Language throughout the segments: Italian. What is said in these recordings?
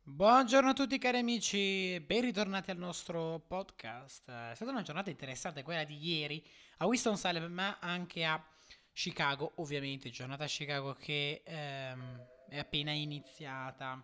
Buongiorno a tutti cari amici, ben ritornati al nostro podcast. È stata una giornata interessante quella di ieri a Winston-Salem, ma anche a Chicago, ovviamente, giornata a Chicago che è appena iniziata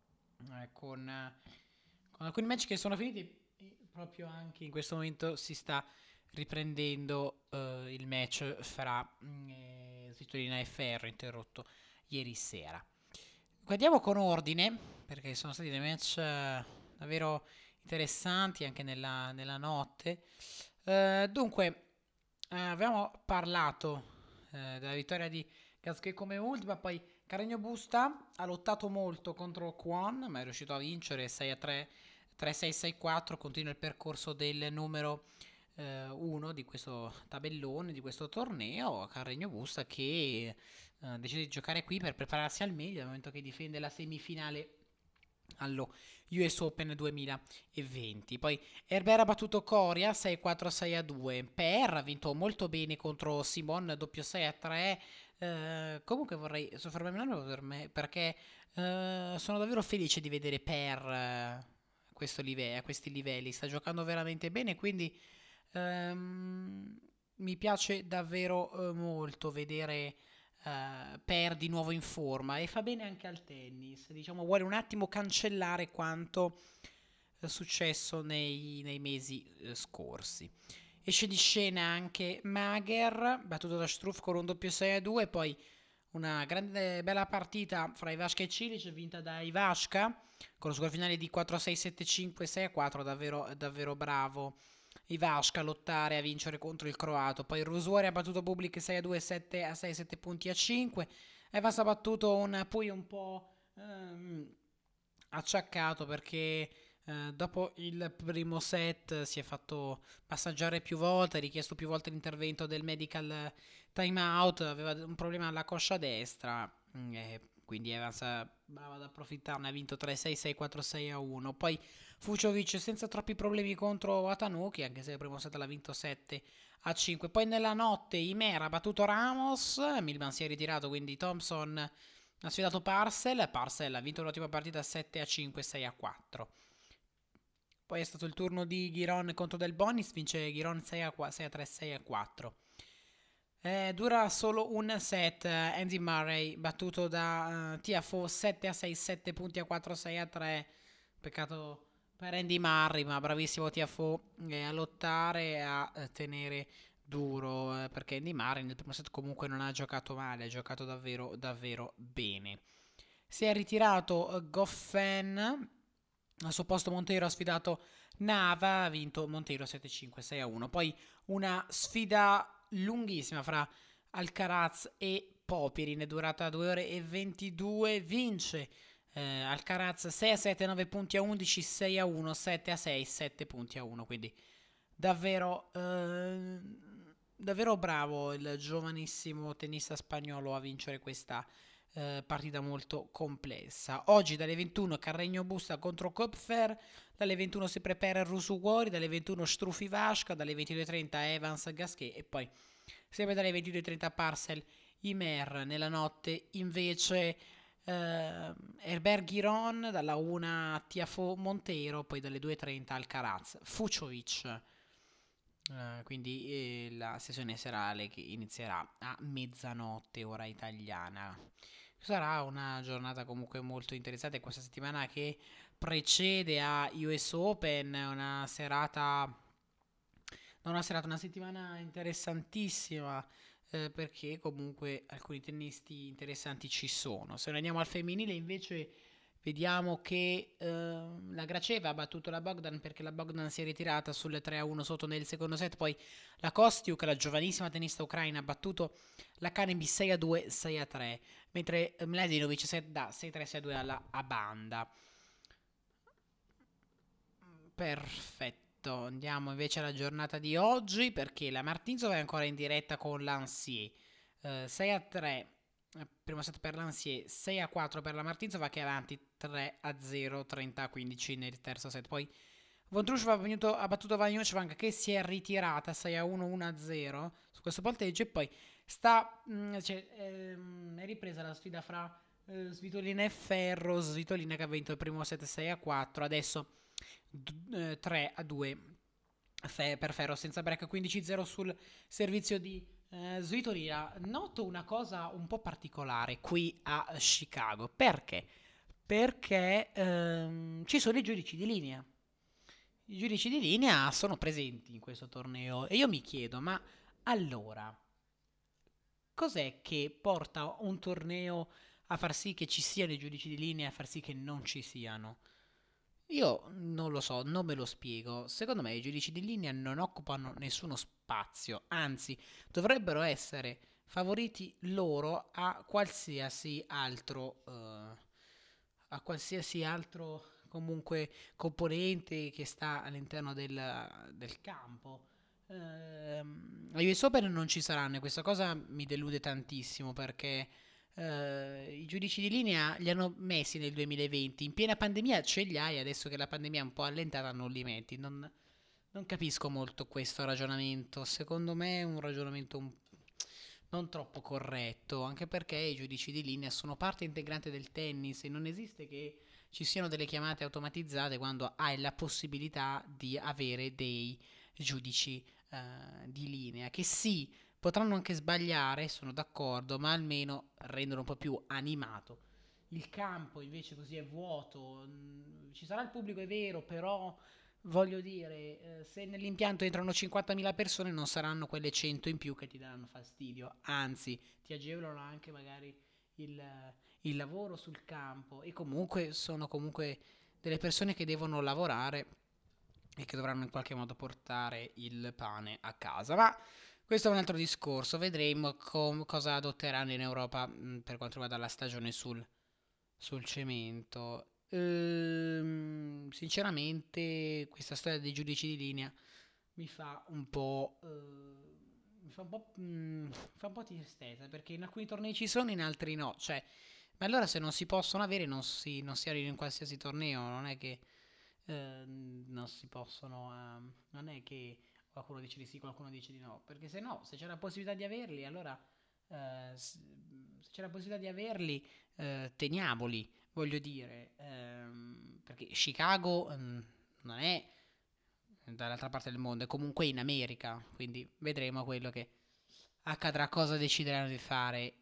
con alcuni match che sono finiti e proprio anche in questo momento si sta riprendendo il match fra Svitolina e Ferro interrotto ieri sera. Guardiamo con ordine, perché sono stati dei match davvero interessanti anche nella notte. Dunque, avevamo parlato della vittoria di Gasquet come ultima, poi Carreño Busta ha lottato molto contro Kwon, ma è riuscito a vincere 6-3, 3-6-6-4, continua il percorso del numero 1 di questo tabellone, di questo torneo. Carreño Busta che decide di giocare qui per prepararsi al meglio, dal momento che difende la semifinale allo US Open 2020. Poi Herbert ha battuto Coria 6-4-6-2. Per ha vinto molto bene contro Simon doppio 6-3. Comunque vorrei soffermarmi un attimo perché sono davvero felice di vedere Per a questi livelli. Sta giocando veramente bene, quindi ehm, mi piace davvero molto vedere Per di nuovo in forma e fa bene anche al tennis. Diciamo, vuole un attimo cancellare quanto è successo nei mesi scorsi. Esce di scena anche Mager, battuto da Struff con un doppio 6-2, poi una grande bella partita fra Ivashka e Cilic, vinta da Ivashka con lo score finale di 4-6-7-5, 6-4, davvero bravo Ivashka a lottare a vincere contro il croato. Poi Rusuori ha battuto Bublik 6-2, 7-6, 7 punti a 5. Evans ha battuto un Pui un po' acciaccato perché dopo il primo set si è fatto passaggiare più volte, ha richiesto più volte l'intervento del medical timeout, aveva un problema alla coscia destra, e quindi Evans bravo ad approfittarne, ha vinto 3-6, 6-4, 6-1. Poi Fuciovic senza troppi problemi contro Watanuki, anche se il primo set l'ha vinto 7-5. Poi nella notte Imer ha battuto Ramos, Milman si è ritirato, quindi Thompson ha sfidato Parcel ha vinto l'ultima partita 7-5, 6-4. Poi è stato il turno di Giron contro Del Bonis, vince Giron 6-3, 6-4. Dura solo un set. Andy Murray battuto da Tiafo 7-6, 7 punti a 4, 6-3. Peccato per Andy Murray, ma bravissimo Tiafo a lottare e a tenere duro. Perché Andy Murray nel primo set comunque non ha giocato male, ha giocato davvero bene. Si è ritirato Goffin. Al suo posto Monteiro ha sfidato Nava, ha vinto Monteiro 7-5, 6-1. Poi una sfida lunghissima fra Alcaraz e Popirin, è durata 2 ore e 22. Vince Alcaraz 6-7, 9 punti a 11, 6-1, 7-6, 7 punti a 1. Quindi davvero, davvero bravo il giovanissimo tennista spagnolo a vincere questa partita molto complessa. Oggi dalle 21 Carreño Busta contro Kopfer, dalle 21 si prepara Rusuguori, dalle 21 Strufi Vasca, dalle 22.30 Evans Gasquet e poi sempre dalle 22.30 Parcel Imer. Nella notte invece Herbert Giron, dalla 1 Tiafo Monteiro, poi dalle 2.30 Alcaraz Fuciovic. Quindi la sessione serale che inizierà a mezzanotte ora italiana. Sarà una giornata comunque molto interessante questa settimana che precede a US Open, una settimana interessantissima perché comunque alcuni tennisti interessanti ci sono. Se noi andiamo al femminile invece vediamo che la Graceva ha battuto la Bogdan perché la Bogdan si è ritirata sul 3-1 sotto nel secondo set, poi la Kostiuk, la giovanissima tennista ucraina, ha battuto la Kanebi 6-2, 6-3, mentre Mladenovic da 6-3, 6-2 alla Abanda. Perfetto, andiamo invece alla giornata di oggi perché la Martinsova è ancora in diretta con l'Ansier. 6-3, primo set per l'Ansier, 6-4 per la Martinsova che è avanti 3-0, 30-15 nel terzo set. Poi Vondrushova ha battuto Vanjushvank che si è ritirata 6-1, 1-0 su questo polteggio e poi è ripresa la sfida fra Svitolina e Ferro, Svitolina che ha vinto il primo set 6-4, adesso 3-2 per Ferro senza break, 15-0 sul servizio di Svitolina. Noto una cosa un po' particolare qui a Chicago, perché? Perché ci sono i giudici di linea. I giudici di linea sono presenti in questo torneo e io mi chiedo, ma allora, cos'è che porta un torneo a far sì che ci siano i giudici di linea e a far sì che non ci siano? Io non lo so, non me lo spiego. Secondo me i giudici di linea non occupano nessuno spazio, anzi, dovrebbero essere favoriti loro a qualsiasi altro comunque componente che sta all'interno del campo. Agli US Open non ci saranno e questa cosa mi delude tantissimo perché i giudici di linea li hanno messi nel 2020. In piena pandemia ce li hai, adesso che la pandemia è un po' allentata non li metti. Non capisco molto questo ragionamento. Secondo me è un ragionamento non troppo corretto, anche perché i giudici di linea sono parte integrante del tennis e non esiste che ci siano delle chiamate automatizzate quando hai la possibilità di avere dei giudici di linea che sì, potranno anche sbagliare, sono d'accordo, ma almeno rendono un po' più animato. Il campo invece così è vuoto, ci sarà il pubblico, è vero, però voglio dire, se nell'impianto entrano 50.000 persone non saranno quelle 100 in più che ti daranno fastidio, anzi ti agevolano anche magari il, il lavoro sul campo e comunque sono comunque delle persone che devono lavorare e che dovranno in qualche modo portare il pane a casa. Ma questo è un altro discorso, vedremo cosa adotteranno in Europa per quanto riguarda la stagione sul cemento. Sinceramente, questa storia dei giudici di linea mi fa un po'. Mi fa un po' tristezza perché in alcuni tornei ci sono, in altri no. Cioè, ma allora se non si possono avere, non si arriva in qualsiasi torneo. Non è che non si possono. Non è che qualcuno dice di sì, qualcuno dice di no. Perché se no, se c'è la possibilità di averli, allora. Se c'è la possibilità di averli, teniamoli, voglio dire. Perché Chicago non è dall'altra parte del mondo, è comunque in America. Quindi vedremo quello che accadrà, cosa decideranno di fare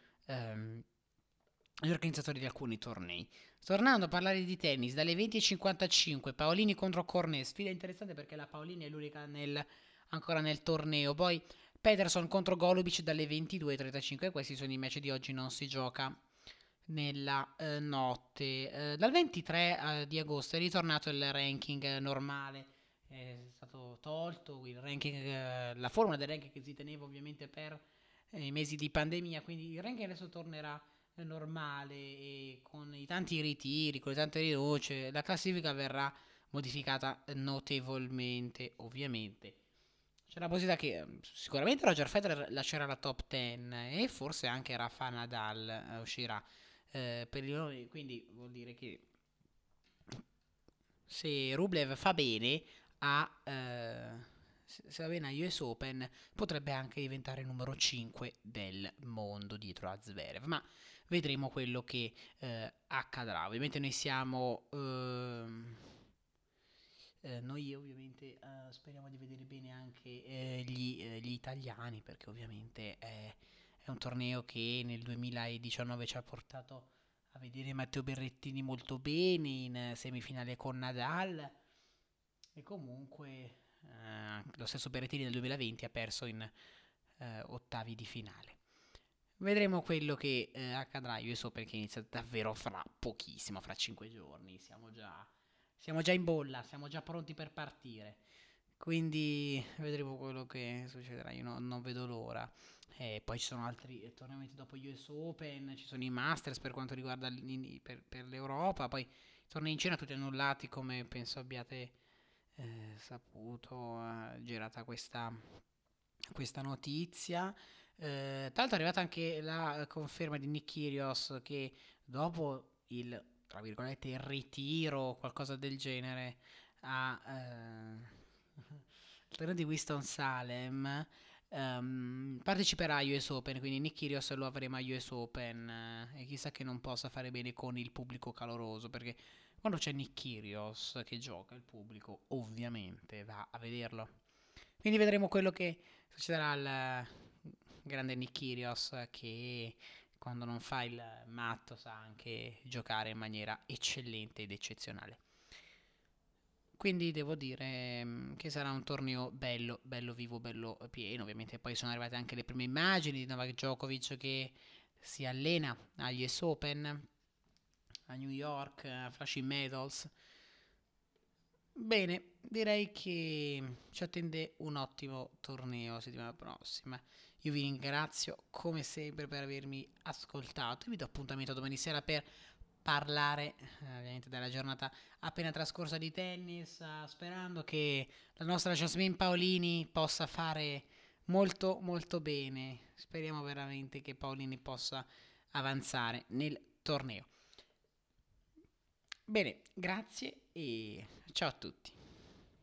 gli organizzatori di alcuni tornei. Tornando a parlare di tennis, dalle 20.55 Paolini contro Cornet, sfida interessante perché la Paolini è l'unica ancora nel torneo. Poi Peterson contro Golubic dalle 22.35, questi sono i match di oggi, non si gioca nella notte. Dal 23 di agosto è ritornato il ranking normale, è stato tolto il ranking, la formula del ranking che si teneva ovviamente per i mesi di pandemia, quindi il ranking adesso tornerà normale e con i tanti ritiri, con le tante rinunce, la classifica verrà modificata notevolmente, ovviamente. C'è la possibilità che sicuramente Roger Federer lascerà la top 10 e forse anche Rafa Nadal uscirà per il nome, quindi vuol dire che se Rublev fa bene se va bene a US Open potrebbe anche diventare numero 5 del mondo dietro a Zverev, ma vedremo quello che accadrà. Ovviamente noi ovviamente speriamo di vedere bene anche gli italiani perché ovviamente è un torneo che nel 2019 ci ha portato a vedere Matteo Berrettini molto bene in semifinale con Nadal e comunque lo stesso Berrettini nel 2020 ha perso in ottavi di finale. Vedremo quello che accadrà. Io so perché inizia davvero fra pochissimo, fra 5 giorni. Siamo già in bolla, siamo già pronti per partire. Quindi vedremo quello che succederà. Io non vedo l'ora. E poi ci sono altri tornei dopo US Open, ci sono i Masters per quanto riguarda per l'Europa. Poi i tornei in Cina tutti annullati, come penso abbiate saputo, girata questa notizia. Tra l'altro è arrivata anche la conferma di Nick Kyrgios che dopo il, tra virgolette, il ritiro o qualcosa del genere a il torneo di Winston-Salem parteciperà agli US Open, quindi Nick Kyrgios lo avremo agli US Open, e chissà che non possa fare bene con il pubblico caloroso, perché quando c'è Nick Kyrgios che gioca, il pubblico ovviamente va a vederlo. Quindi vedremo quello che succederà al grande Nick Kyrgios, che quando non fa il matto sa anche giocare in maniera eccellente ed eccezionale. Quindi devo dire che sarà un torneo bello, bello vivo, bello pieno. Ovviamente poi sono arrivate anche le prime immagini di Novak Djokovic che si allena agli US Open a New York, a Flushing Meadows. Bene, direi che ci attende un ottimo torneo settimana prossima. Io vi ringrazio come sempre per avermi ascoltato e vi do appuntamento domani sera per parlare ovviamente della giornata appena trascorsa di tennis, sperando che la nostra Jasmine Paolini possa fare molto molto bene. Speriamo veramente che Paolini possa avanzare nel torneo. Bene, grazie e ciao a tutti.